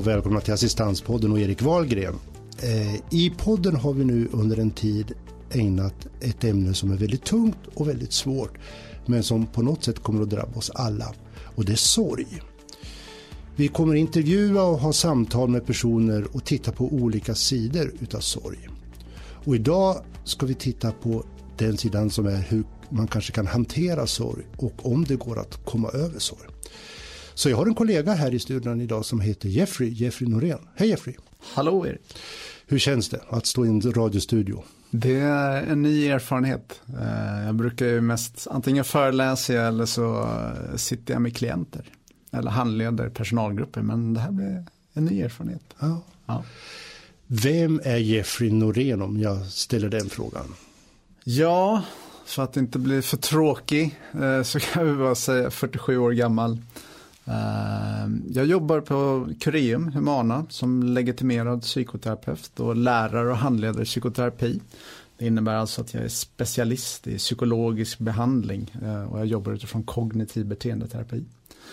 och välkomna till Assistanspodden och Erik Wahlgren. I podden har vi nu under en tid ägnat ett ämne som är väldigt tungt och väldigt svårt, men som på något sätt kommer att drabba oss alla, och det är sorg. Vi kommer intervjua och ha samtal med personer och titta på olika sidor utav sorg. Och idag ska vi titta på den sidan som är hur man kanske kan hantera sorg och om det går att komma över sorg. Så jag har en kollega här i studion idag som heter Jeffrey Norén. Hej Jeffrey! Hallå Erik! Hur känns det att stå i en radiostudio? Det är en ny erfarenhet. Jag brukar ju mest antingen föreläsa eller så sitter jag med klienter eller handleder personalgrupper, men det här blir en ny erfarenhet. Ja. Vem är Jeffrey Norén, om jag ställer den frågan? Ja, för att inte bli för tråkig så kan vi bara säga 47 år gammal. Jag jobbar på Curium Humana som legitimerad psykoterapeut och lärare och handledare i psykoterapi. Det innebär alltså att jag är specialist i psykologisk behandling och jag jobbar utifrån kognitiv beteendeterapi.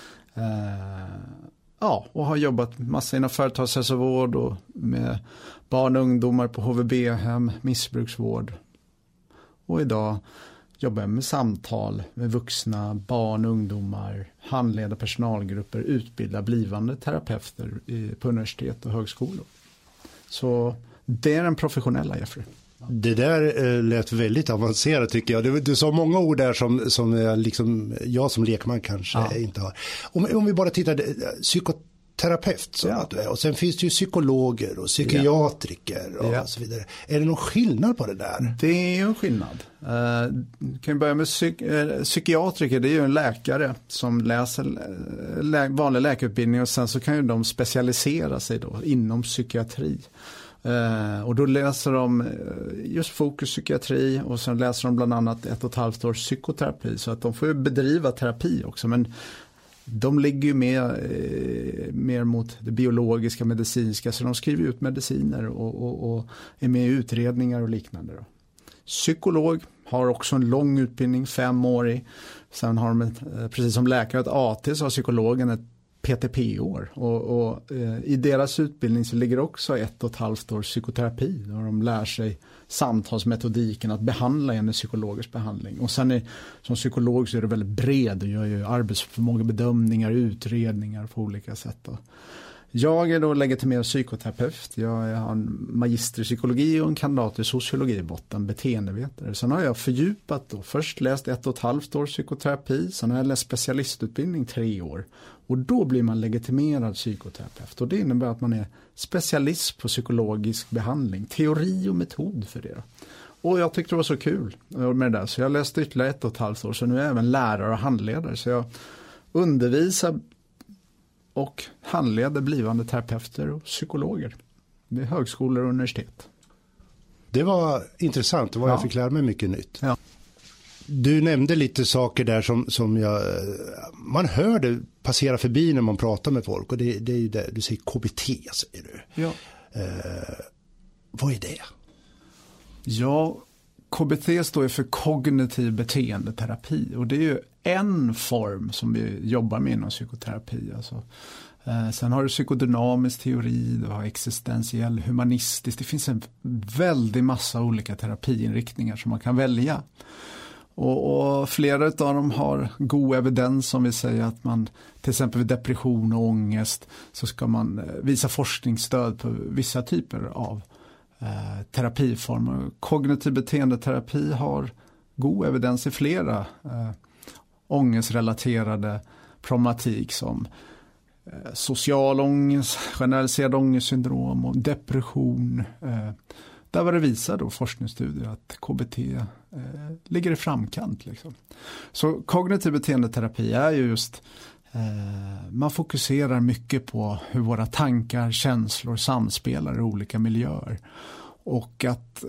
Och har jobbat massa inom företagshälsovård och med barn och ungdomar på HVB-hem, missbruksvård. Och idag jobbar jag med samtal med vuxna, barn och ungdomar, handleda personalgrupper, utbilda blivande terapeuter på universitet och högskolor. Så det är den professionella Jeffrey. Det där lät väldigt avancerat tycker jag. Du sa många ord där som jag som lekman kanske inte har. Om vi bara tittar, psykoterapeut som att du är, och sen finns det ju psykologer och psykiatriker och så vidare. Är det någon skillnad på det där? Det är ju en skillnad. Kan vi börja med psykiatriker, det är ju en läkare som läser vanlig läkarutbildning och sen så kan ju de specialisera sig då inom psykiatri. Och då läser de just fokus psykiatri och sen läser de bland annat 1,5 års psykoterapi, så att de får ju bedriva terapi också, men de ligger ju mer mot det biologiska, medicinska, så de skriver ut mediciner och är med i utredningar och liknande då. Psykolog har också en lång utbildning, 5-årig. Sen har de, precis som läkare, ett AT, så har psykologen ett PTP-år. Och i deras utbildning så ligger också 1,5 års psykoterapi. Där de lär sig samtalsmetodiken att behandla en psykologisk behandling. Och sen som psykolog så är det väldigt bred och gör ju arbetsförmågebedömningar, utredningar på olika sätt då. Jag är då legitimerad psykoterapeut. Jag har en magister i psykologi och en kandidat i sociologi i botten, beteendevetare. Sen har jag fördjupat då. Först läst 1,5 år psykoterapi. Sen har jag läst specialistutbildning 3 år. Och då blir man legitimerad psykoterapeut. Och det innebär att man är specialist på psykologisk behandling. Teori och metod för det då. Och jag tyckte det var så kul med det där. Så jag läste ytterligare 1,5 år. Så nu är jag även lärare och handledare. Så jag undervisar och handleder blivande terapeuter och psykologer vid högskolor och universitet. Det var intressant, jag fick lära mig mycket nytt. Ja. Du nämnde lite saker där som man hör det passera förbi när man pratar med folk, och det är ju det, du säger KBT säger du. Ja. Vad är det? Ja, KBT står för kognitiv beteendeterapi, och det är ju en form som vi jobbar med inom psykoterapi. Alltså. Sen har du psykodynamisk teori, du har existentiell, humanistisk. Det finns en väldig massa olika terapiinriktningar som man kan välja. Och flera av dem har god evidens, som vi säger att man till exempel vid depression och ångest så ska man visa forskningsstöd på vissa typer av terapiformer. Kognitiv beteendeterapi har god evidens i flera ångestrelaterade problematik som social ångest, generaliserad ångestsyndrom och depression. Där var det visar då forskningsstudier att KBT ligger i framkant. Liksom. Så kognitiv beteendeterapi är ju just man fokuserar mycket på hur våra tankar, känslor samspelar i olika miljöer. Och att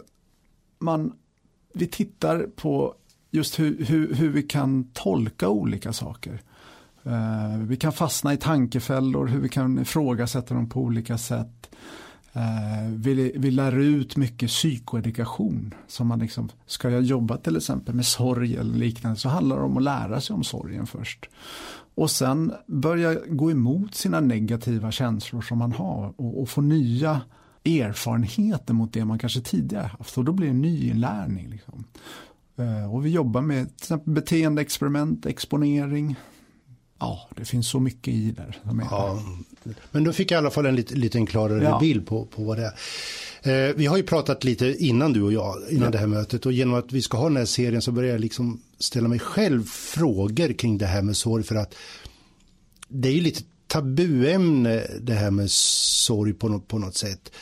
vi tittar på just hur vi kan tolka olika saker. Vi kan fastna i tankefällor, hur vi kan ifrågasätta dem på olika sätt. Vi lär ut mycket psykoedukation. Som man liksom, ska jag jobba till exempel med sorg eller liknande, så handlar det om att lära sig om sorgen först. Och sen börja gå emot sina negativa känslor som man har och få nya erfarenheter mot det man kanske tidigare haft. Och då blir det en nyinlärning. Liksom. Och vi jobbar med till exempel beteendeexperiment, exponering. Ja, det finns så mycket i där. Ja, men då fick jag i alla fall en liten klarare bild på vad det är. Vi har ju pratat lite innan du och jag, innan det här mötet. Och genom att vi ska ha den här serien så börjar jag liksom ställa mig själv frågor kring det här med sorg. För att det är ju lite tabuämne det här med sorg på något sätt.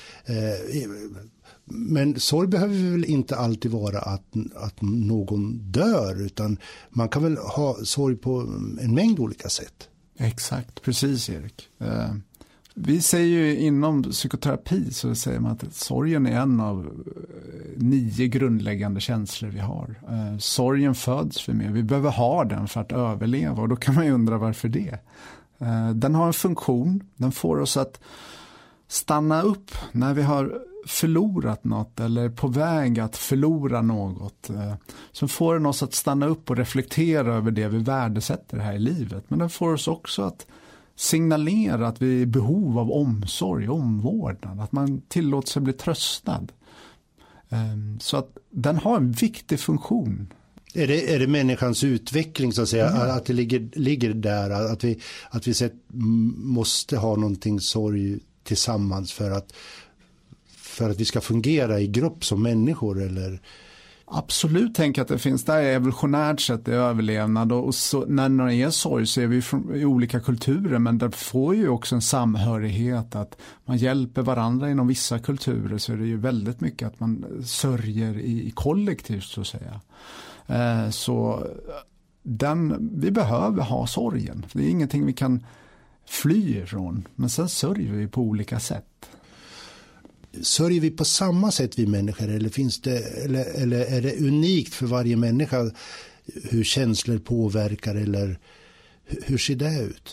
Men sorg behöver väl inte alltid vara att någon dör, utan man kan väl ha sorg på en mängd olika sätt. Exakt, precis Erik. Vi säger ju inom psykoterapi så säger man att sorgen är en av 9 grundläggande känslor vi har. Sorgen föds vi med, vi behöver ha den för att överleva, och då kan man ju undra varför det. Den har en funktion, den får oss att stanna upp när vi har förlorat något eller på väg att förlora något. Så får den oss att stanna upp och reflektera över det vi värdesätter här i livet. Men den får oss också att signalera att vi är i behov av omsorg, omvårdnad. Att man tillåter sig bli tröstad. Så att den har en viktig funktion. Är det människans utveckling så att säga, att det ligger där, att vi måste ha någonting sorg tillsammans för att vi ska fungera i grupp som människor, eller? Absolut, tänker att det finns där evolutionärt sett i överlevnad, och så, när det är sorg så är vi i olika kulturer, men det får ju också en samhörighet, att man hjälper varandra inom vissa kulturer, så är det ju väldigt mycket att man sörjer i kollektivt så att säga. Så vi behöver ha sorgen. Det är ingenting vi kan fly ifrån, men sen sörjer vi på olika sätt. Sörjer vi på samma sätt vi människor, eller finns det, eller är det unikt för varje människa hur känslor påverkar, eller hur ser det ut?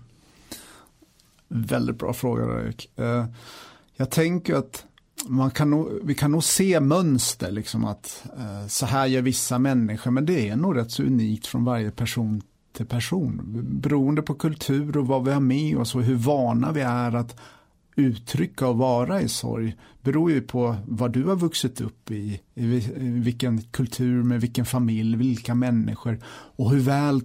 Väldigt bra fråga, Erik. Jag tänker att vi kan nog se mönster liksom, att så här gör vissa människor, men det är nog rätt så unikt från varje person till person, beroende på kultur och vad vi har med oss och hur vana vi är att uttrycka och vara i sorg, beror ju på vad du har vuxit upp i vilken kultur, med vilken familj, vilka människor, och hur väl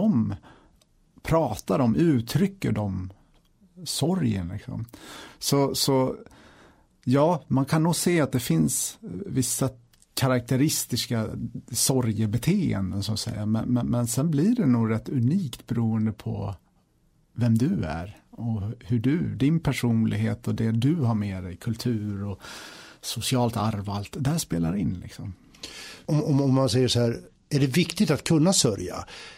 pratar de, uttrycker de sorgen liksom. Så ja, man kan nog se att det finns vissa karaktäristiska sorgebeteenden så att säga, men sen blir det nog rätt unikt beroende på vem du är och hur din personlighet och det du har med dig, kultur och socialt arv, allt där spelar in liksom. Om man säger så här, är det viktigt att kunna sörja?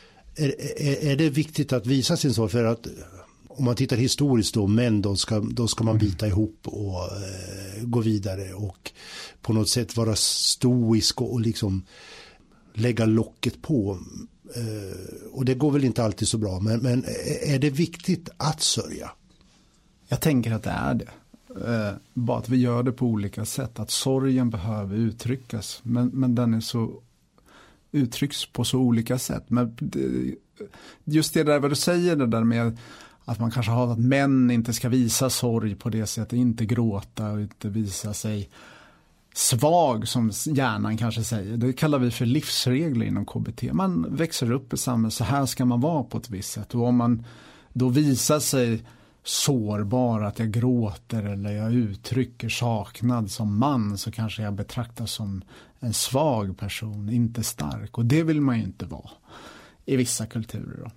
Är det viktigt att visa sin sorg? För att om man tittar historiskt då ska man bita ihop och gå vidare och på något sätt vara stoisk och liksom lägga locket på. Och det går väl inte alltid så bra, men är det viktigt att sörja? Jag tänker att det är det. Bara att vi gör det på olika sätt. Att sorgen behöver uttryckas, men den är så uttrycks på så olika sätt. Men just det där vad du säger, det där med att man kanske har att män inte ska visa sorg på det sättet, inte gråta och inte visa sig svag som hjärnan kanske säger. Det kallar vi för livsregler inom KBT. Man växer upp i samhället, så här ska man vara på ett visst sätt. Och om man då visar sig sårbar, att jag gråter eller jag uttrycker saknad som man, så kanske jag betraktas som en svag person, inte stark. Och det vill man ju inte vara i vissa kulturer då.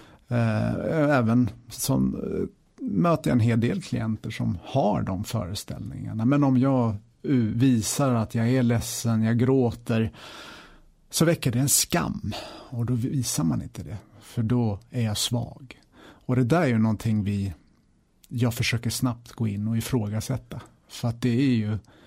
Även som möter jag en hel del klienter som har de föreställningarna. Men om jag visar att jag är ledsen, jag gråter, så väcker det en skam. Och då visar man inte det, för då är jag svag. Och det där är ju någonting jag försöker snabbt gå in och ifrågasätta. För att det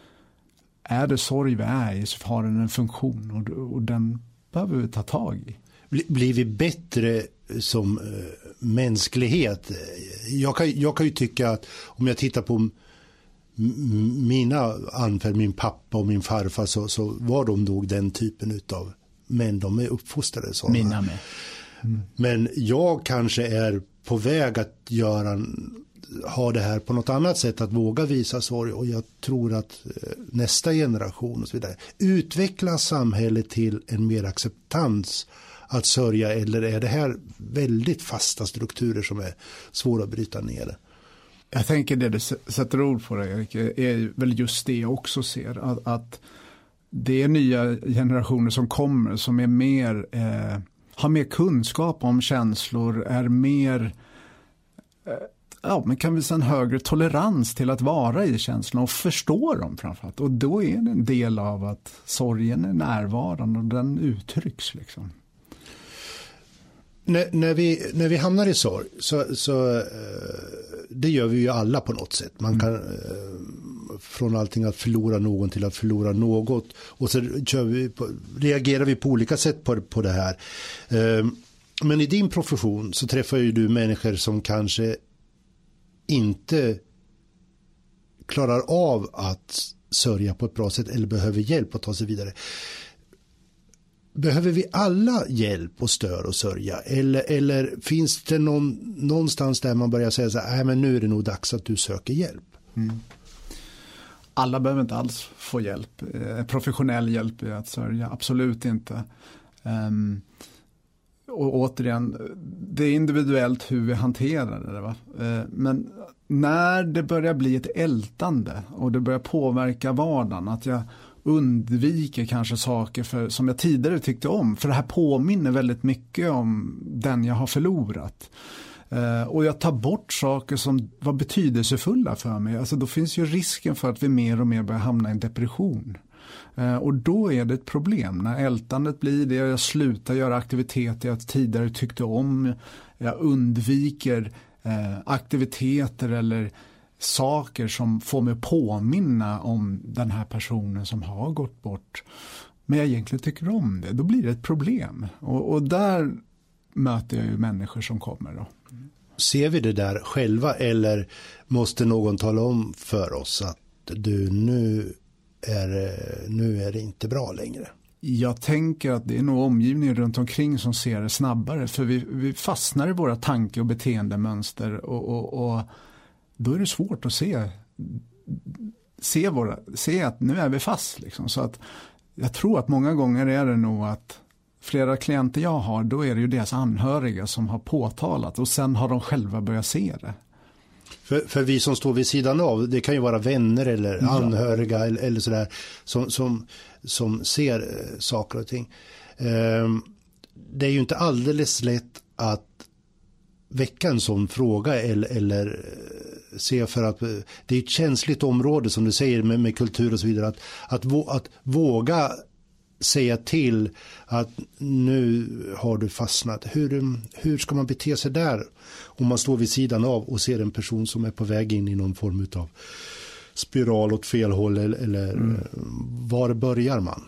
är det sorg vi är i, så har den en funktion och den behöver vi ta tag i. Blir vi bättre som mänsklighet? Jag kan ju tycka att om jag tittar på mina anfäder, min pappa och min farfar, så var de nog den typen utav män. De är uppfostrade sådana. Mina med. Men jag kanske är på väg att ha det här på något annat sätt, att våga visa sorg, och jag tror att nästa generation och så vidare utvecklar samhället till en mer acceptans att sörja, eller är det här väldigt fasta strukturer som är svåra att bryta ner? Jag tänker det du sätter ord på det, Erik, är väl just det jag också ser, att det är nya generationer som kommer som är mer har mer kunskap om känslor, är mer men kan visa en högre tolerans till att vara i känslorna och förstå dem framförallt. Och då är det en del av att sorgen är närvarande och den uttrycks liksom. När vi hamnar i sorg så det gör vi ju alla på något sätt. Man kan från allting att förlora någon till att förlora något, och så reagerar vi på olika sätt på det här. Men i din profession så träffar ju du människor som kanske inte klarar av att sörja på ett bra sätt eller behöver hjälp att ta sig vidare. Behöver vi alla hjälp och stöd och sörja? Eller finns det någonstans där man börjar säga så här, men nu är det nog dags att du söker hjälp? Alla behöver inte alls få hjälp. Professionell hjälp i att sörja, absolut inte. Och återigen, det är individuellt hur vi hanterar det. Va? Men när det börjar bli ett ältande och det börjar påverka vardagen, att jag undviker kanske saker som jag tidigare tyckte om, för det här påminner väldigt mycket om den jag har förlorat. Och jag tar bort saker som var betydelsefulla för mig. Alltså då finns ju risken för att vi mer och mer börjar hamna i en depression. Och då är det ett problem när ältandet blir det. Jag slutar göra aktiviteter jag tidigare tyckte om. Jag undviker aktiviteter eller saker som får mig påminna om den här personen som har gått bort. Men jag egentligen tycker om det. Då blir det ett problem. Och där möter jag ju människor som kommer då. Ser vi det där själva, eller måste någon tala om för oss att nu är det inte bra längre? Jag tänker att det är nog omgivningen runt omkring som ser det snabbare, för vi fastnar i våra tanke- och beteendemönster och då är det svårt att se att nu är vi fast liksom. Så att jag tror att många gånger är det nog att flera klienter jag har, då är det ju deras anhöriga som har påtalat och sen har de själva börjat se det. För vi som står vid sidan av, det kan ju vara vänner eller anhöriga eller sådär som ser saker och ting. Det är ju inte alldeles lätt att väcka en sån fråga eller se, för att det är ett känsligt område som du säger med kultur och så vidare, att våga säga till att nu har du fastnat. Hur ska man bete sig där om man står vid sidan av och ser en person som är på väg in i någon form av spiral åt fel håll, eller var börjar man?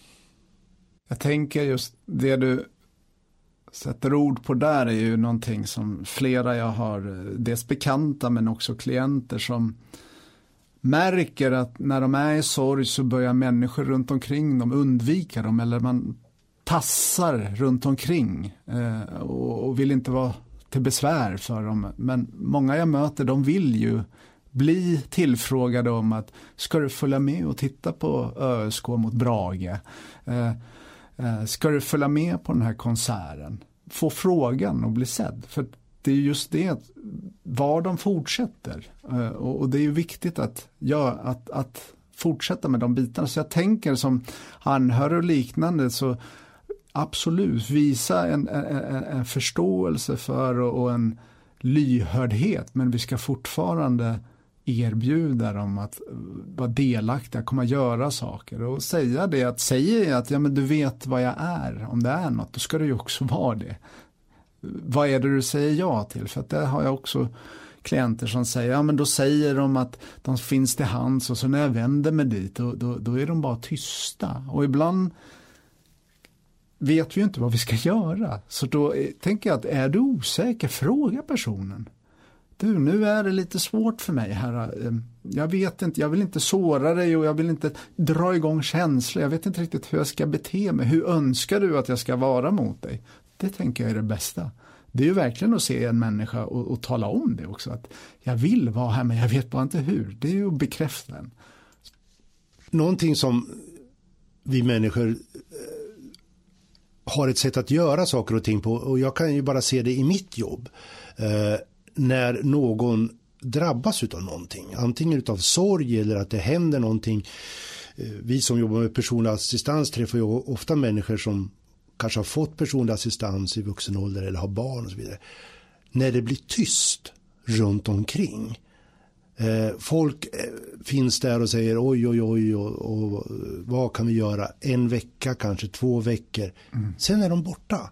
Jag tänker just det du sätter ord på där är ju någonting som flera jag har, dels bekanta men också klienter som märker att när de är i sorg så börjar människor runt omkring dem undvika dem, eller man tassar runt omkring och vill inte vara till besvär för dem. Men många jag möter, de vill ju bli tillfrågade om att ska du följa med och titta på ÖSK mot Brage? Ska du följa med på den här konserten? Få frågan och bli sedd. För det är just det, var de fortsätter. Och det är ju viktigt att fortsätta med de bitarna. Så jag tänker som anhörig och liknande, så absolut visa en förståelse för och en lyhördhet. Men vi ska fortfarande erbjuda dem att vara delaktiga, komma göra saker och säga det, att säga att ja, men du vet vad jag är, om det är något, då ska du ju också vara det. Vad är det du säger ja till? För att där har jag också klienter som säger, ja men då säger de att de finns till hands, och så när jag vänder mig dit då är de bara tysta. Och ibland vet vi ju inte vad vi ska göra. Så då tänker jag att är du osäker, fråga personen. du, nu är det lite svårt för mig här. Jag vet inte, jag vill inte såra dig och jag vill inte dra igång känslor. Jag vet inte riktigt hur jag ska bete mig. Hur önskar du att jag ska vara mot dig? Det tänker jag är det bästa. Det är ju verkligen att se en människa och tala om det också. Att jag vill vara här men jag vet bara inte hur. Det är ju att bekräfta en. Någonting som vi människor har ett sätt att göra saker och ting på, och jag kan ju bara se det i mitt jobb. När någon drabbas utav någonting, antingen utav sorg eller att det händer någonting. Vi som jobbar med personlig assistans träffar ju ofta människor som kanske har fått personlig assistans i vuxen ålder eller har barn och så vidare. När det blir tyst runt omkring. Folk finns där och säger oj och vad kan vi göra? 1 vecka, kanske 2 veckor. Sen är de borta.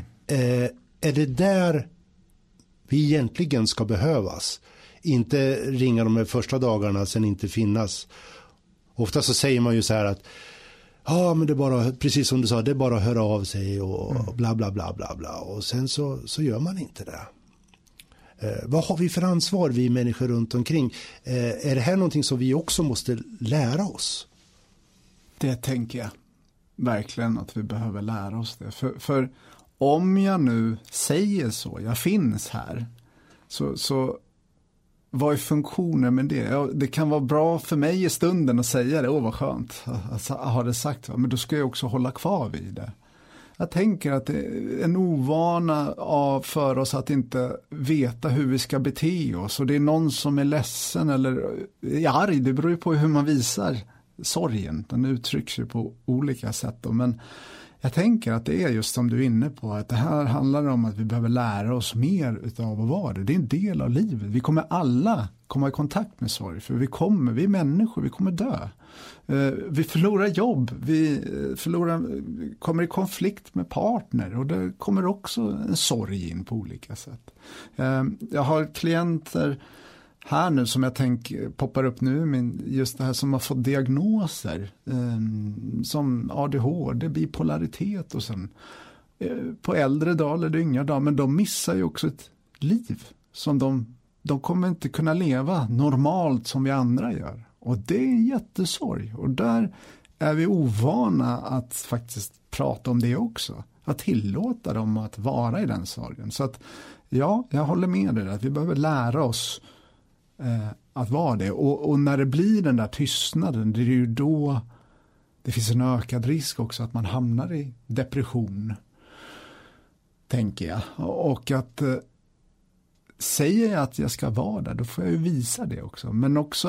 Är det där vi egentligen ska behövas? Inte ringa de första dagarna, sen inte finnas. Ofta så säger man ju så här att men det är bara, precis som du sa, det är bara att höra av sig och bla bla bla bla bla. Och sen så gör man inte det. Vad har vi för ansvar, vi människor runt omkring? Är det här någonting som vi också måste lära oss? Det tänker jag verkligen att vi behöver lära oss det. För om jag nu säger så, jag finns här, så vad är funktionen med det? Ja, det kan vara bra för mig i stunden att säga det. Vad skönt att ha det sagt. Men då ska jag också hålla kvar vid det. Jag tänker att det är en ovana för oss att inte veta hur vi ska bete oss. Och det är någon som är ledsen eller är arg. Det beror ju på hur man visar sorgen. Den uttrycks ju på olika sätt då. Men jag tänker att det är just som du är inne på, att det här handlar om att vi behöver lära oss mer utav att vara det. Det är en del av livet. Vi kommer alla komma i kontakt med sorg, för vi är människor, vi kommer dö. Vi förlorar jobb, vi kommer i konflikt med partner och det kommer också en sorg in på olika sätt. Jag har klienter här nu som jag tänker poppar upp nu, men just det här som har fått diagnoser som ADHD, bipolaritet och sen på äldre dag eller yngre dag, men de missar ju också ett liv som de kommer inte kunna leva normalt som vi andra gör. Och det är en jättesorg. Och där är vi ovana att faktiskt prata om det också. Att tillåta dem att vara i den sorgen. Så att ja, jag håller med dig att vi behöver lära oss att vara det. Och när det blir den där tystnaden, det är ju då det finns en ökad risk också att man hamnar i depression. Tänker jag. Och att säger jag att jag ska vara där, då får jag ju visa det också. Men också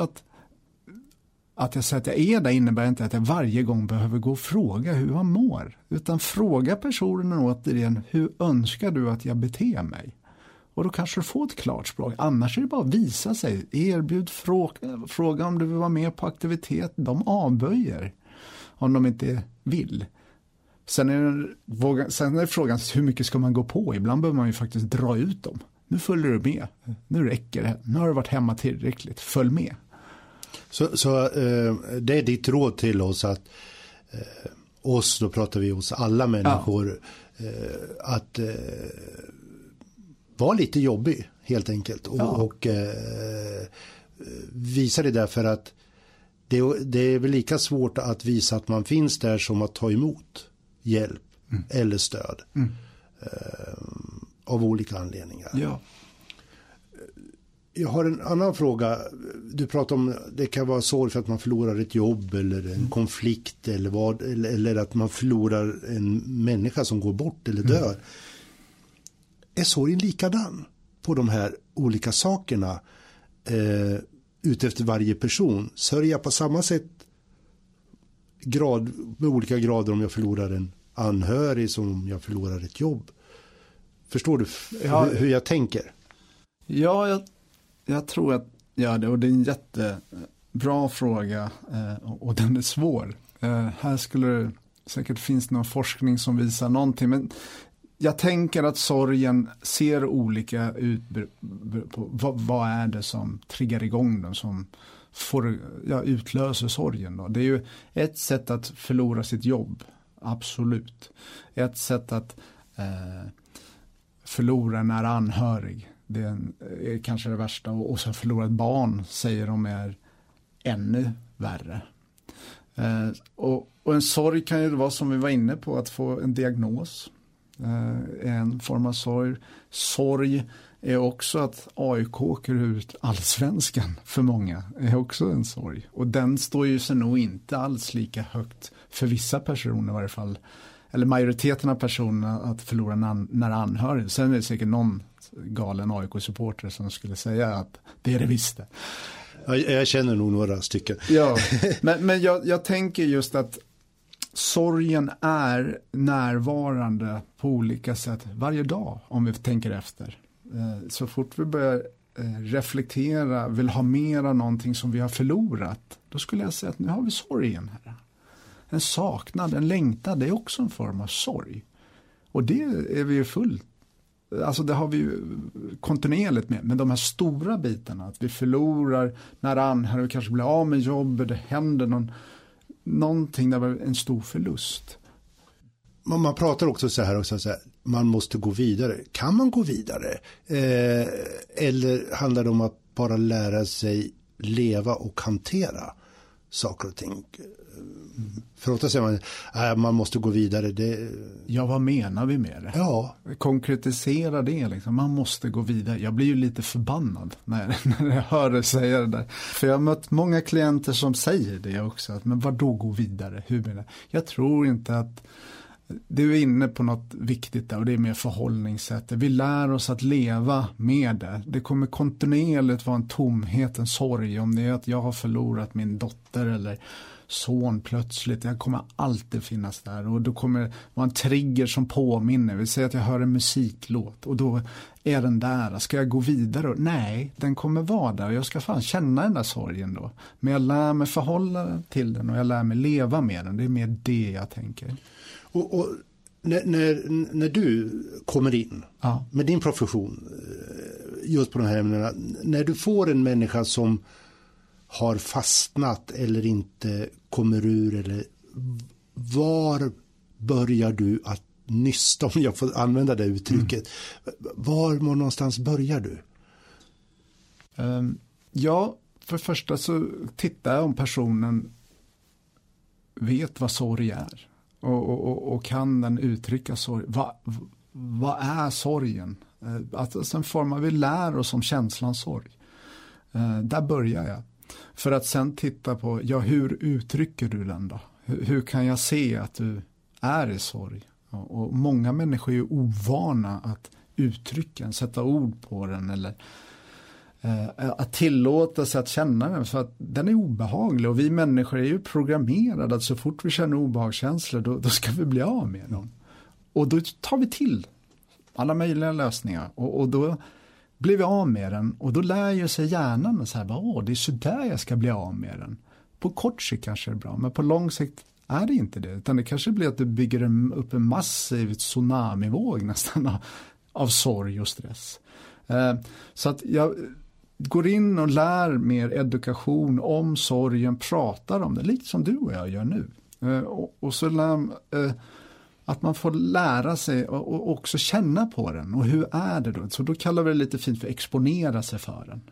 att jag säger att jag är där innebär inte att jag varje gång behöver gå och fråga hur han mår. Utan fråga personen återigen, hur önskar du att jag beter mig? Och då kanske du får ett klart språk. Annars är det bara att visa sig. Erbjud fråga om du vill vara med på aktivitet. De avböjer om de inte vill. Sen är frågan hur mycket ska man gå på? Ibland behöver man ju faktiskt dra ut dem. Nu följer du med. Nu räcker det. Nu har du varit hemma tillräckligt. Följ med. Så det är ditt råd till oss att oss, då pratar vi oss alla människor, att vara lite jobbig helt enkelt och visa det därför att det är väl lika svårt att visa att man finns där som att ta emot hjälp eller stöd av olika anledningar. Ja. Jag har en annan fråga. Du pratar om det kan vara sorg för att man förlorar ett jobb eller en konflikt eller att man förlorar en människa som går bort eller dör. Är sorgen likadan på de här olika sakerna utefter varje person? Sörjer jag på samma sätt med olika grader om jag förlorar en anhörig som om jag förlorar ett jobb? Förstår du hur jag tänker? Ja, jag tror att det, och det är en jättebra fråga och den är svår. Här skulle det säkert finnas någon forskning som visar någonting, men jag tänker att sorgen ser olika ut på vad är det som triggar igång den, som utlöser sorgen då. Det är ju ett sätt att förlora sitt jobb, absolut. Ett sätt att förlora en nära anhörig. Det är kanske det värsta. Och sen förlora ett barn säger de är ännu värre. Och en sorg kan ju vara, som vi var inne på, att få en diagnos. En form av sorg. Sorg är också att AIK åker ut allsvenskan för många. Är också en sorg. Och den står ju sig nog inte alls lika högt för vissa personer i varje fall. Eller majoriteten av personerna att förlora nära anhörig. Sen är det säkert någon galen AIK-supporter som skulle säga att det är det visst. Jag känner nog några stycken. Ja, men jag tänker just att sorgen är närvarande på olika sätt varje dag om vi tänker efter. Så fort vi börjar reflektera, vill ha mer av någonting som vi har förlorat, då skulle jag säga att nu har vi sorgen här. En saknad, en längtan, det är också en form av sorg. Och det är vi ju alltså det har vi ju kontinuerligt med. Men de här stora bitarna, att vi förlorar när anhöriga kanske blir av med jobb, det händer någonting där var en stor förlust. Man pratar också så här, man måste gå vidare. Kan man gå vidare? Eller handlar det om att bara lära sig leva och hantera saker och ting? För ofta säger man måste gå vidare. Ja, vad menar vi med det? Ja. Konkretisera det liksom. Man måste gå vidare. Jag blir ju lite förbannad när jag hör det säga det där. För jag har mött många klienter som säger det också. Men vad då gå vidare? Hur menar jag? Jag tror inte att du är inne på något viktigt där, och det är med förhållningssättet. Vi lär oss att leva med det. Det kommer kontinuerligt vara en tomhet, en sorg, om det är att jag har förlorat min dotter eller son plötsligt. Jag kommer alltid finnas där, och då kommer det vara en trigger som påminner. Vi säger att jag hör en musiklåt och då är den där. Ska jag gå vidare? Nej, den kommer vara där och jag ska fan känna den där sorgen då. Men jag lär mig förhålla till den och jag lär mig leva med den. Det är mer det jag tänker. Och när du kommer in med din profession just på de här ämnena, när du får en människa som har fastnat eller inte kommer ur, eller var börjar du att nysta, om jag får använda det uttrycket? Var någonstans börjar du? Ja, för första så tittar jag om personen vet vad sorg är. Och kan den uttrycka sorg? Vad är sorgen? Sen formar vi lär oss om känslan sorg. Där börjar jag. För att sen titta på, hur uttrycker du den då? Hur kan jag se att du är i sorg? Och många människor är ju ovana att uttrycka den, sätta ord på den eller att tillåta sig att känna den, för att den är obehaglig, och vi människor är ju programmerade att så fort vi känner obehagskänslor då ska vi bli av med dem. Och då tar vi till alla möjliga lösningar och då blir vi av med den, och då lär ju sig hjärnan så här, det är så där jag ska bli av med den. På kort sikt kanske det är bra, men på lång sikt är det inte det, utan det kanske blir att du bygger upp en massiv tsunamivåg nästan av sorg och stress. Så att jag går in och lär mer edukation om sorgen, pratar om det, lite som du och jag gör nu. Och så att man får lära sig och också känna på den. Och hur är det då? Så då kallar vi det lite fint för exponera sig för den.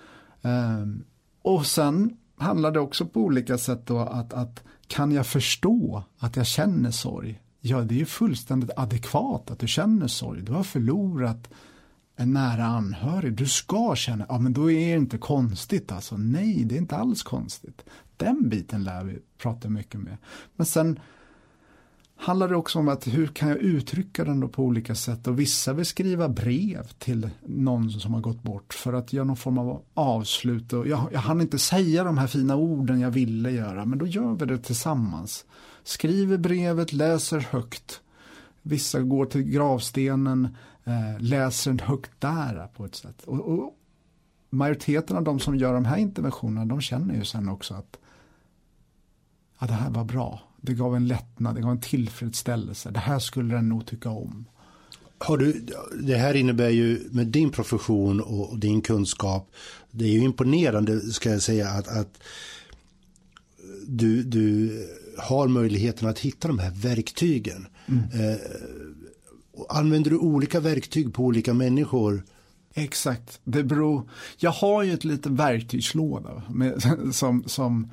Och sen handlar det också på olika sätt då att kan jag förstå att jag känner sorg? Ja, det är ju fullständigt adekvat att du känner sorg. Du har förlorat en nära anhörig. Du ska känna, men då är det inte konstigt alltså. Nej, det är inte alls konstigt. Den biten lär vi prata mycket med. Men sen handlar det också om att hur kan jag uttrycka den då på olika sätt, och vissa vill skriva brev till någon som har gått bort för att göra någon form av avslut, och jag hann inte säga de här fina orden jag ville göra, men då gör vi det tillsammans. Skriver brevet, läser högt. Vissa går till gravstenen, läser den högt där på ett sätt. Och majoriteten av de som gör de här interventionerna, de känner ju sen också att det här var bra. Det gav en lättnad, det gav en tillfredsställelse. Det här skulle den nog tycka om. Det här innebär ju med din profession och din kunskap, det är ju imponerande ska jag säga att du har möjligheten att hitta de här verktygen. Använder du olika verktyg på olika människor Exakt. Det beror... Jag har ju ett litet verktygslåda som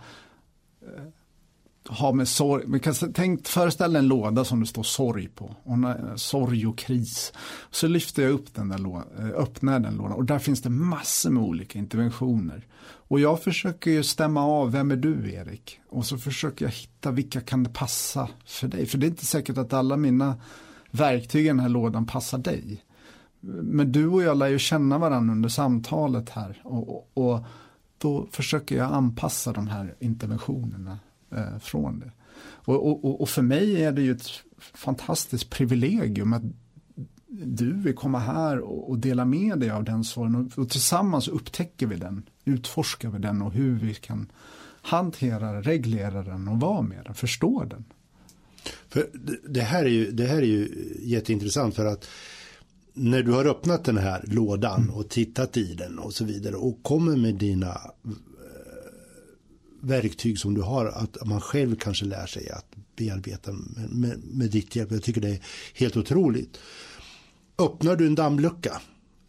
har med sorg... Man kan föreställa en låda som det står sorg på. Sorg och kris. Så lyfter jag upp den där öppnar den lådan. Och där finns det massor med olika interventioner. Och jag försöker ju stämma av, vem är du, Erik? Och så försöker jag hitta vilka kan det passa för dig. För det är inte säkert att alla mina verktyg i den här lådan passar dig. Men du och jag lär ju känna varandra under samtalet här. Och då försöker jag anpassa de här interventionerna från det. Och för mig är det ju ett fantastiskt privilegium att du vill komma här och dela med dig av den sorgen. Och tillsammans upptäcker vi den, utforskar vi den och hur vi kan hantera den, reglera den och vara med den, förstå den. För det här är ju jätteintressant, för att när du har öppnat den här lådan och tittat i den och så vidare och kommer med dina verktyg som du har, att man själv kanske lär sig att bearbeta med ditt hjälp. Jag tycker det är helt otroligt. Öppnar du en dammlucka,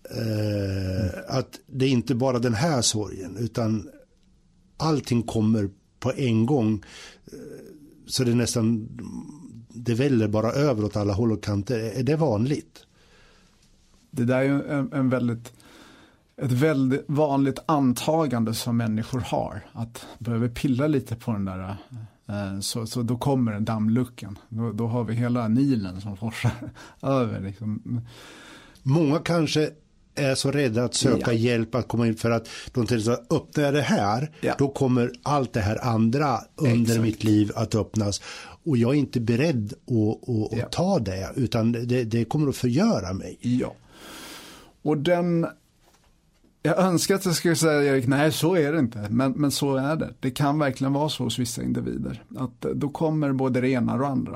att det är inte bara den här sorgen utan allting kommer på en gång, så det nästan det väller bara över åt alla håll och kanter. Är det vanligt? Det där är ju ett väldigt vanligt antagande som människor har, att behöver pilla lite på den där så då kommer en dammluckan. Då har vi hela Nilen som forsar över. Liksom. Många kanske är så rädda att söka hjälp, att komma in, för att de tänker att öppnar jag det här, då kommer allt det här andra under mitt liv att öppnas. Och jag är inte beredd att ta det, utan det kommer att förgöra mig. Ja. Och jag önskar att jag skulle säga, Erik, nej så är det inte. Men så är det. Det kan verkligen vara så hos vissa individer. Att då kommer både det ena och det andra.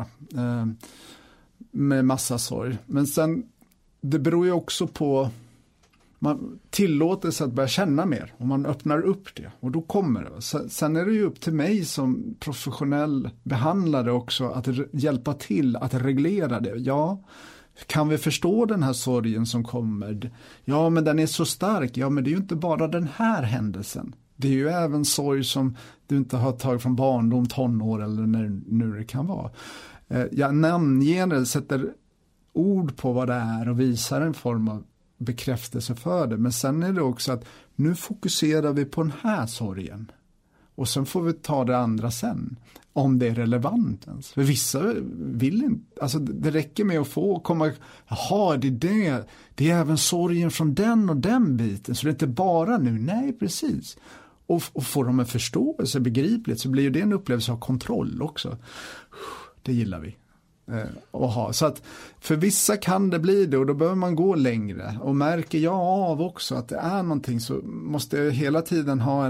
Med massa sorg. Men sen, det beror ju också på, man tillåter sig att börja känna mer. Och man öppnar upp det. Och då kommer det. Sen är det ju upp till mig som professionell behandlare också att hjälpa till att reglera det. Ja, kan vi förstå den här sorgen som kommer? Ja, men den är så stark. Ja, men det är ju inte bara den här händelsen. Det är ju även sorg som du inte har tagit från barndom, tonår eller när nu det kan vara. Jag namnger det, sätter ord på vad det är och visar en form av bekräftelse för det. Men sen är det också att nu fokuserar vi på den här sorgen. Och sen får vi ta det andra sen. Om det är relevant ens. För vissa vill inte. Alltså det räcker med att få komma. Jaha, det är även sorgen från den och den biten. Så det är inte bara nu. Nej, precis. Och får de en förståelse begripligt, så blir ju det en upplevelse av kontroll också. Det gillar vi. Att ha. Så att för vissa kan det bli det, och då behöver man gå längre. Och märker jag av också att det är någonting, så måste jag hela tiden ha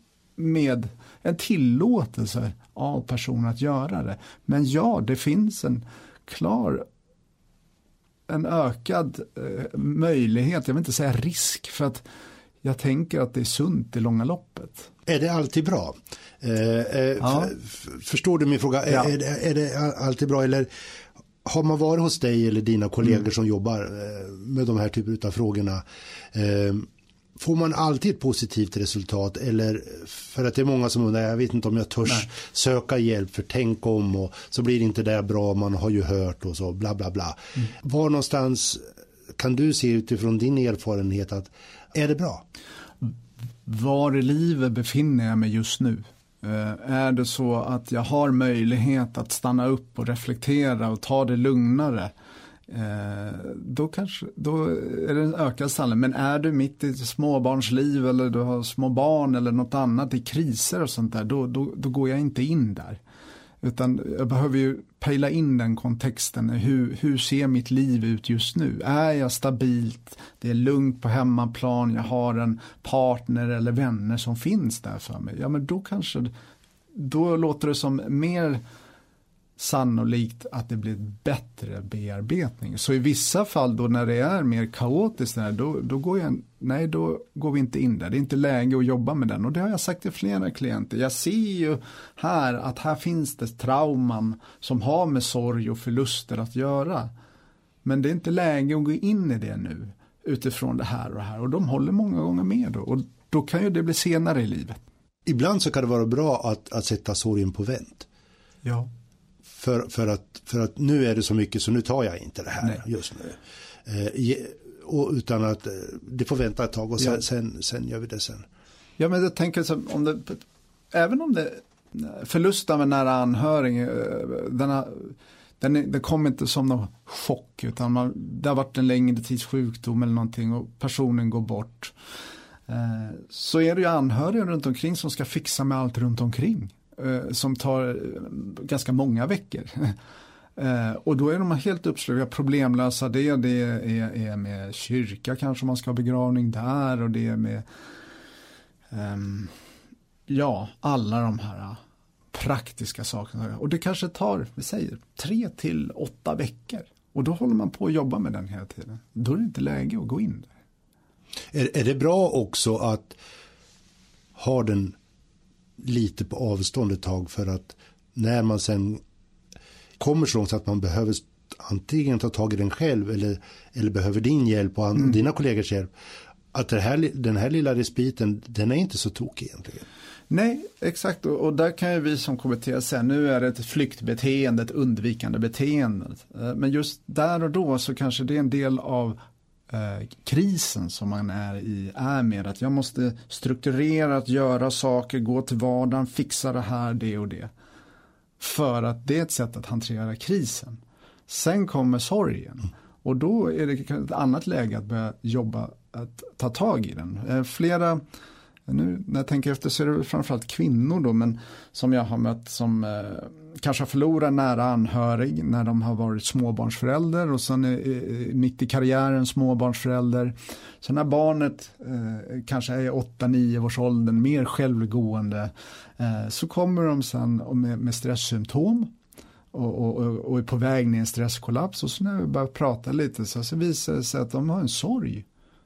en tillåtelse av personen att göra det. Men ja, det finns en ökad möjlighet, jag vill inte säga risk, för att jag tänker att det är sunt i långa loppet. Är det alltid bra? Förstår du min fråga? Ja. Är det alltid bra, eller har man varit hos dig eller dina kollegor som jobbar med de här typen av frågorna? Får man alltid ett positivt resultat, eller för att det är många som undrar, jag vet inte om jag törs söka hjälp, för tänk om, och så blir det inte det bra, man har ju hört och så bla bla bla. Var någonstans kan du se utifrån din erfarenhet att är det bra? Var i livet befinner jag mig just nu? Är det så att jag har möjlighet att stanna upp och reflektera och ta det lugnare? Då är det en ökad sanning. Men är du mitt i ett småbarnsliv, eller du har små barn eller något annat i kriser och sånt där, då går jag inte in där. Utan jag behöver ju pejla in den kontexten. Hur ser mitt liv ut just nu? Är jag stabilt? Det är lugnt på hemmaplan. Jag har en partner eller vänner som finns där för mig. Ja, men då låter det som mer sannolikt att det blir bättre bearbetning. Så i vissa fall då, när det är mer kaotiskt då går vi inte in där. Det är inte läge att jobba med den. Och det har jag sagt till flera klienter. Jag ser ju här att här finns det trauman som har med sorg och förluster att göra. Men det är inte läge att gå in i det nu. utifrån det här och det här. Och de håller många gånger med då. Och då kan ju det bli senare i livet. Ibland så kan det vara bra att sätta sorgen på vänt. Ja. För att nu är det så mycket så nu tar jag inte det här just nu. Utan att det får vänta ett tag och sen gör vi det sen. Ja, men jag tänker så även om det förlust av en nära anhörig, det kommer inte som någon chock, utan det har varit en längre tids sjukdom eller någonting och personen går bort. Så är det ju anhöriga runt omkring som ska fixa med allt runt omkring. Som tar ganska många veckor. Och då är de helt uppslugna, problemlösa. Det är med kyrka kanske man ska ha begravning där, och det är med alla de här praktiska sakerna. Och det kanske tar, vi säger, 3 till 8 veckor. Och då håller man på att jobba med den hela tiden. Då är det inte läge att gå in där. Är det bra också att ha den lite på avstånd ett tag, för att när man sen kommer så långt att man behöver antingen ta tag i den själv eller behöver din hjälp och dina kollegors hjälp, att den här lilla respiten, den är inte så tokig egentligen. Nej, exakt. Och där kan ju vi som kommitté säga, nu är det ett flyktbeteende, ett undvikande beteende. Men just där och då så kanske det är en del av krisen som man är med att jag måste strukturera att göra saker, gå till vardagen, fixa det här, det och det. För att det är ett sätt att hantera krisen. Sen kommer sorgen. Och då är det ett annat läge att börja jobba, att ta tag i den. Nu när jag tänker efter så är det framförallt kvinnor då, men som jag har mött som kanske har förlorat nära anhörig när de har varit småbarnsförälder, och sen mitt i karriären småbarnsförälder. Så när barnet kanske är 8-9 års ålder, mer självgående, så kommer de sen med stresssymptom och är på väg ner i en stresskollaps, och så när vi börjar prata lite så visar det sig att de har en sorg.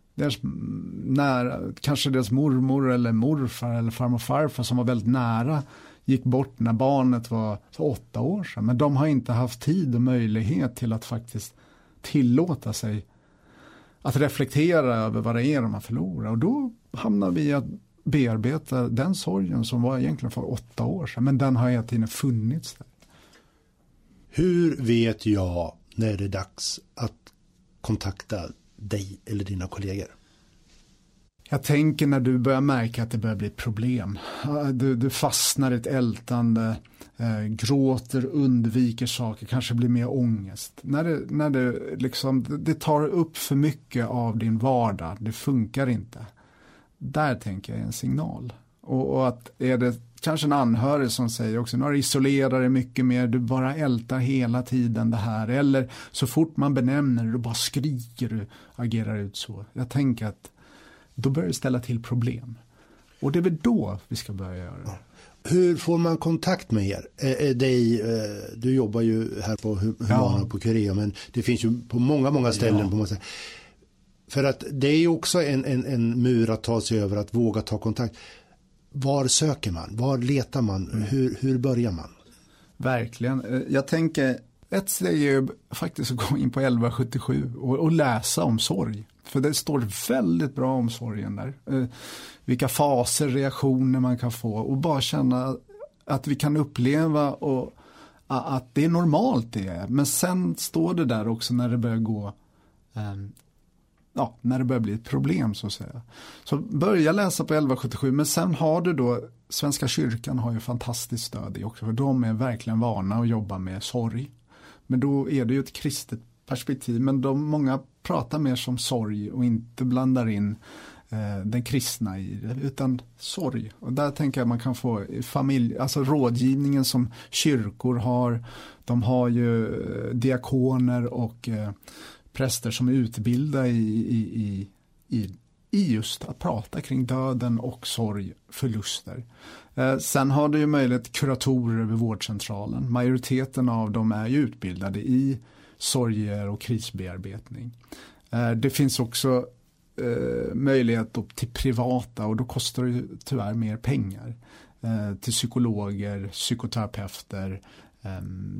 Kanske deras mormor eller morfar eller farmor och farfar som var väldigt nära gick bort när barnet var 8 år sedan. Men de har inte haft tid och möjlighet till att faktiskt tillåta sig att reflektera över vad det är de har förlorat. Och då hamnar vi att bearbeta den sorgen som var egentligen för 8 år sedan. Men den har hela tiden funnits där. Hur vet jag när det är dags att kontakta dig eller dina kollegor? Jag tänker när du börjar märka att det börjar bli problem. Du fastnar i ett ältande, gråter, undviker saker, kanske blir mer ångest. När det liksom, det tar upp för mycket av din vardag, det funkar inte. Där tänker jag är en signal. Och att är det kanske en anhörig som säger också, nu har du isolerat dig mycket mer, du bara ältar hela tiden det här. Eller så fort man benämner det, du bara skriker, du agerar ut så. Jag tänker att då börjar det ställa till problem. Och det är väl då vi ska börja göra det. Hur får man kontakt med er? Du jobbar ju här på Humana på Curea, men det finns ju på många ställen. På många ställen. För att det är ju också en mur att ta sig över, att våga ta kontakt. Var söker man? Var letar man? Hur börjar man? Verkligen. Jag tänker, ett steg är faktiskt att gå in på 1177 och läsa om sorg. För det står väldigt bra om sorgen där. Vilka faser, reaktioner man kan få. Och bara känna att vi kan uppleva och att det är normalt det är. Men sen står det där också när det börjar gå... när det börjar bli ett problem så att säga. Så börja läsa på 1177, men sen har du då, Svenska kyrkan har ju fantastiskt stöd i också, för de är verkligen vana att jobba med sorg. Men då är det ju ett kristet perspektiv, men många pratar mer som sorg och inte blandar in den kristna i det, utan sorg. Och där tänker jag man kan få alltså rådgivningen som kyrkor har, de har ju diakoner och präster som är utbildade i just att prata kring döden och sorg, förluster. Sen har du ju möjlighet kuratorer vid vårdcentralen. Majoriteten av dem är ju utbildade i sorger och krisbearbetning. Det finns också möjlighet till privata, och då kostar det tyvärr mer pengar. Till psykologer, psykoterapeuter,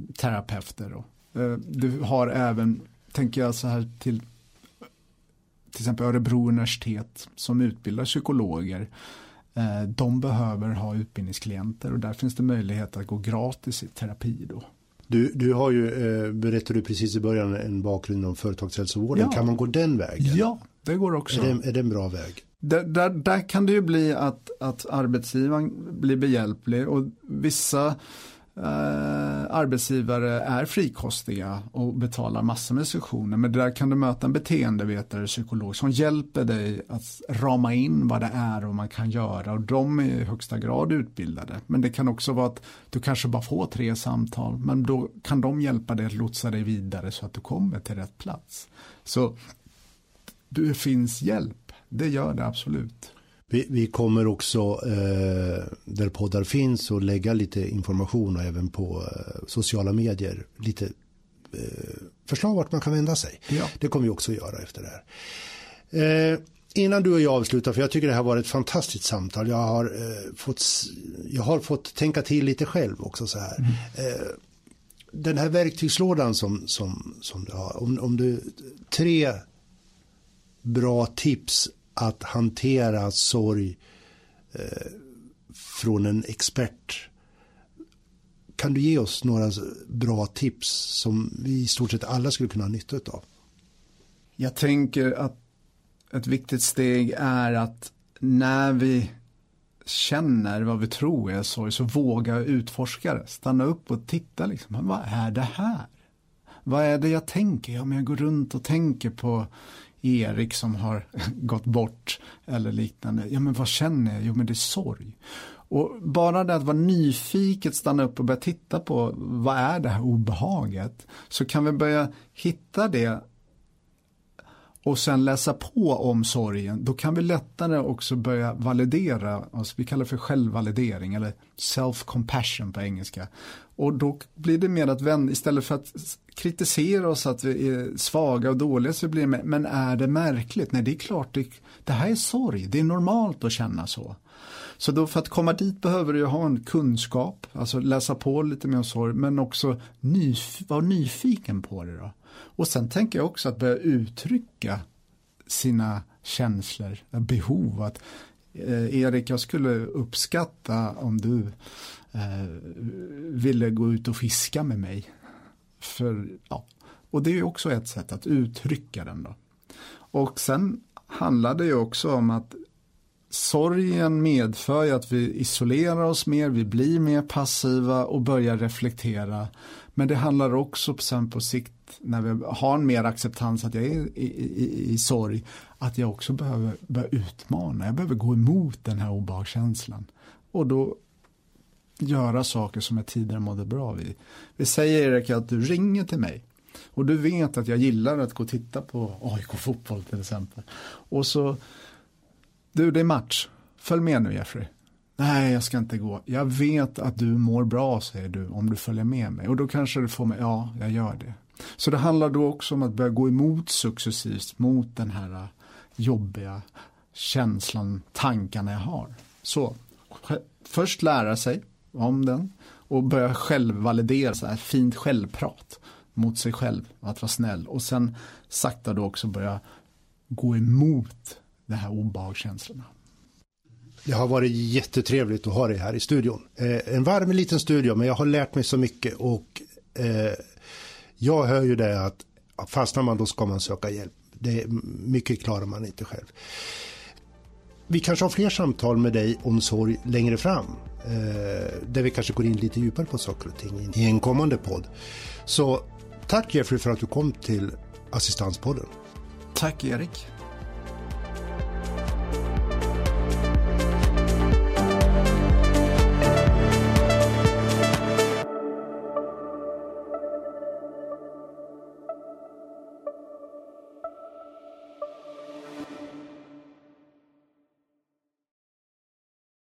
terapeuter. Du har även, tänker jag så här, till till exempel Örebro universitet som utbildar psykologer. De behöver ha utbildningsklienter och där finns det möjlighet att gå gratis i terapi då. Du har ju, berättade du precis i början, en bakgrund om företagshälsovården. Ja. Kan man gå den vägen? Ja, det går också. Är det en bra väg? Där kan det ju bli att arbetsgivaren blir behjälplig och vissa arbetsgivare är frikostiga och betalar massor med sessioner, men där kan du möta en beteendevetare, psykolog som hjälper dig att rama in vad det är och man kan göra, och de är i högsta grad utbildade. Men det kan också vara att du kanske bara får 3 samtal, men då kan de hjälpa dig att lotsa dig vidare så att du kommer till rätt plats. Så det finns hjälp, det gör det absolut. Vi kommer också, där poddar finns, och lägga lite information och även på sociala medier. Lite förslag vart man kan vända sig. Ja. Det kommer vi också göra efter det här. Innan du och jag avslutar, för jag tycker det här var ett fantastiskt samtal. Jag har fått tänka till lite själv också så här. Den här verktygslådan som du har. Om du 3 bra tips att hantera sorg från en expert. Kan du ge oss några bra tips som vi i stort sett alla skulle kunna ha nytta av? Jag tänker att ett viktigt steg är att när vi känner vad vi tror är sorg, så våga utforska det. Stanna upp och titta liksom, vad är det här? Vad är det jag tänker? Om jag går runt och tänker på Erik som har gått bort eller liknande. Ja, men vad känner jag? Jo, men det är sorg. Och bara det att vara nyfiket, stanna upp och börja titta på vad är det här obehaget, så kan vi börja hitta det och sen läsa på om sorgen. Då kan vi lättare också börja validera oss. Vi kallar det för självvalidering eller self-compassion på engelska. Och då blir det mer att vända, istället för att kritisera oss att vi är svaga och dåliga, så blir det med, men är det märkligt? Nej, det är klart, det här är sorg. Det är normalt att känna så. Så då, för att komma dit behöver du ha en kunskap, alltså läsa på lite mer om sorg, men också vara nyfiken på det då. Och sen tänker jag också att börja uttrycka sina känslor, behov. Att Erik, jag skulle uppskatta om du ville gå ut och fiska med mig. Och det är ju också ett sätt att uttrycka den då. Och sen handlar det ju också om att sorgen medför ju att vi isolerar oss mer, vi blir mer passiva och börjar reflektera. Men det handlar också sen på sikt, när vi har en mer acceptans att jag är i sorg, att jag också behöver börja utmana. Jag behöver gå emot den här obehagskänslan. Och då göra saker som jag tidigare mådde bra vid. Vi säger, Erik, att du ringer till mig. Och du vet att jag gillar att gå och titta på AIK-fotboll till exempel. Och så, du, det är match. Följ med nu, Jeffrey. Nej, jag ska inte gå. Jag vet att du mår bra, säger du, om du följer med mig. Och då kanske du får mig, ja, jag gör det. Så det handlar då också om att börja gå emot successivt mot den här jobbiga känslan, tankarna jag har. Så, först lära sig om den och börja självvalidera, så här fint självprat mot sig själv, att vara snäll. Och sen sakta då också börja gå emot de här obehagskänslorna. Det har varit jättetrevligt att ha dig här i studion. En varm liten studio, men jag har lärt mig så mycket, och jag hör ju det att fastnar man, då ska man söka hjälp. Mycket klarar man inte själv. Vi kanske har fler samtal med dig om sorg längre fram, där vi kanske går in lite djupare på saker och ting i en kommande podd. Så tack, Jeffrey, för att du kom till Assistanspodden. Tack, Erik.